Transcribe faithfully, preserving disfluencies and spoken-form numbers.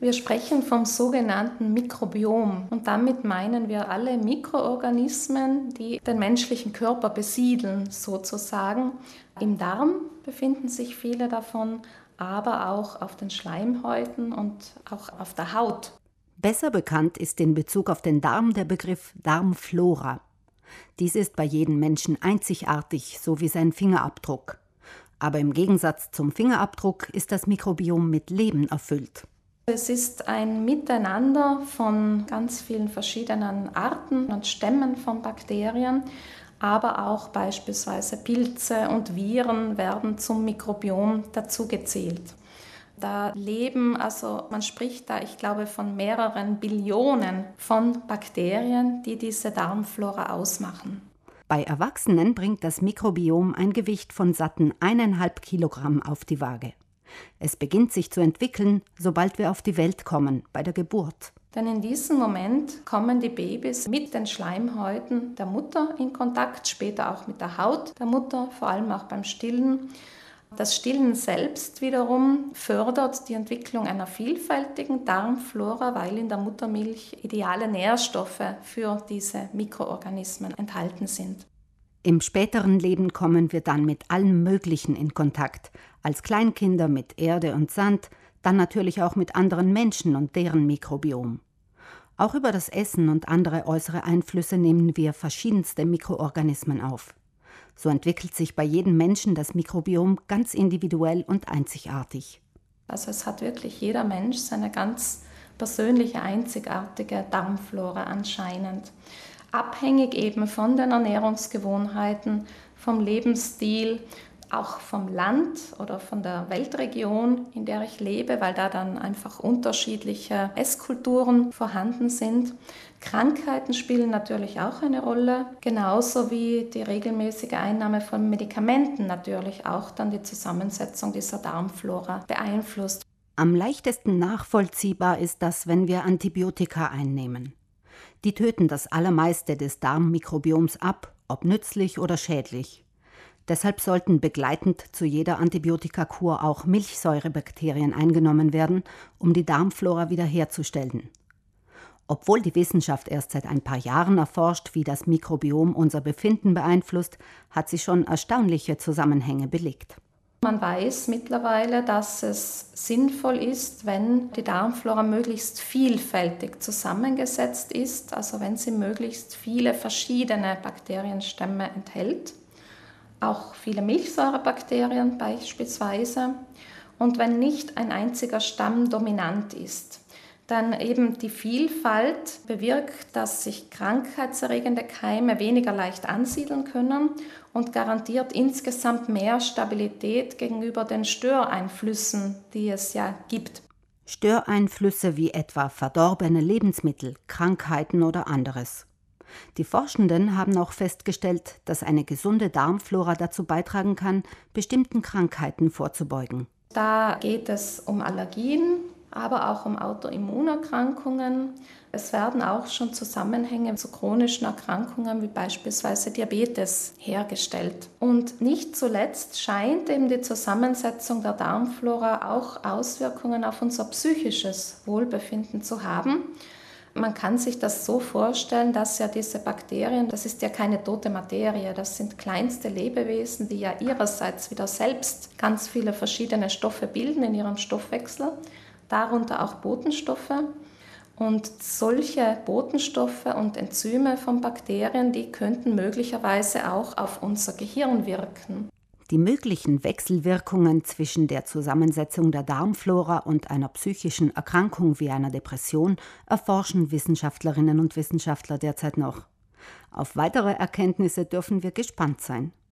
Wir sprechen vom sogenannten Mikrobiom und damit meinen wir alle Mikroorganismen, die den menschlichen Körper besiedeln, sozusagen. Im Darm befinden sich viele davon, aber auch auf den Schleimhäuten und auch auf der Haut. Besser bekannt ist in Bezug auf den Darm der Begriff Darmflora. Dies ist bei jedem Menschen einzigartig, so wie sein Fingerabdruck. Aber im Gegensatz zum Fingerabdruck ist das Mikrobiom mit Leben erfüllt. Es ist ein Miteinander von ganz vielen verschiedenen Arten und Stämmen von Bakterien, aber auch beispielsweise Pilze und Viren werden zum Mikrobiom dazugezählt. Da leben, also man spricht da, ich glaube, von mehreren Billionen von Bakterien, die diese Darmflora ausmachen. Bei Erwachsenen bringt das Mikrobiom ein Gewicht von satten eineinhalb Kilogramm auf die Waage. Es beginnt sich zu entwickeln, sobald wir auf die Welt kommen, bei der Geburt. Denn in diesem Moment kommen die Babys mit den Schleimhäuten der Mutter in Kontakt, später auch mit der Haut der Mutter, vor allem auch beim Stillen. Das Stillen selbst wiederum fördert die Entwicklung einer vielfältigen Darmflora, weil in der Muttermilch ideale Nährstoffe für diese Mikroorganismen enthalten sind. Im späteren Leben kommen wir dann mit allem Möglichen in Kontakt. Als Kleinkinder mit Erde und Sand, dann natürlich auch mit anderen Menschen und deren Mikrobiom. Auch über das Essen und andere äußere Einflüsse nehmen wir verschiedenste Mikroorganismen auf. So entwickelt sich bei jedem Menschen das Mikrobiom ganz individuell und einzigartig. Also es hat wirklich jeder Mensch seine ganz persönliche, einzigartige Darmflora anscheinend. Abhängig eben von den Ernährungsgewohnheiten, vom Lebensstil, auch vom Land oder von der Weltregion, in der ich lebe, weil da dann einfach unterschiedliche Esskulturen vorhanden sind. Krankheiten spielen natürlich auch eine Rolle, genauso wie die regelmäßige Einnahme von Medikamenten natürlich auch dann die Zusammensetzung dieser Darmflora beeinflusst. Am leichtesten nachvollziehbar ist das, wenn wir Antibiotika einnehmen. Die töten das Allermeiste des Darmmikrobioms ab, ob nützlich oder schädlich. Deshalb sollten begleitend zu jeder Antibiotikakur auch Milchsäurebakterien eingenommen werden, um die Darmflora wiederherzustellen. Obwohl die Wissenschaft erst seit ein paar Jahren erforscht, wie das Mikrobiom unser Befinden beeinflusst, hat sie schon erstaunliche Zusammenhänge belegt. Man weiß mittlerweile, dass es sinnvoll ist, wenn die Darmflora möglichst vielfältig zusammengesetzt ist, also wenn sie möglichst viele verschiedene Bakterienstämme enthält, auch viele Milchsäurebakterien beispielsweise, und wenn nicht ein einziger Stamm dominant ist. Dann eben die Vielfalt bewirkt, dass sich krankheitserregende Keime weniger leicht ansiedeln können und garantiert insgesamt mehr Stabilität gegenüber den Störeinflüssen, die es ja gibt. Störeinflüsse wie etwa verdorbene Lebensmittel, Krankheiten oder anderes. Die Forschenden haben auch festgestellt, dass eine gesunde Darmflora dazu beitragen kann, bestimmten Krankheiten vorzubeugen. Da geht es um Allergien, aber auch um Autoimmunerkrankungen. Es werden auch schon Zusammenhänge zu chronischen Erkrankungen wie beispielsweise Diabetes hergestellt. Und nicht zuletzt scheint eben die Zusammensetzung der Darmflora auch Auswirkungen auf unser psychisches Wohlbefinden zu haben. Man kann sich das so vorstellen, dass ja diese Bakterien, das ist ja keine tote Materie, das sind kleinste Lebewesen, die ja ihrerseits wieder selbst ganz viele verschiedene Stoffe bilden in ihrem Stoffwechsel, darunter auch Botenstoffe. Und solche Botenstoffe und Enzyme von Bakterien, die könnten möglicherweise auch auf unser Gehirn wirken. Die möglichen Wechselwirkungen zwischen der Zusammensetzung der Darmflora und einer psychischen Erkrankung wie einer Depression erforschen Wissenschaftlerinnen und Wissenschaftler derzeit noch. Auf weitere Erkenntnisse dürfen wir gespannt sein.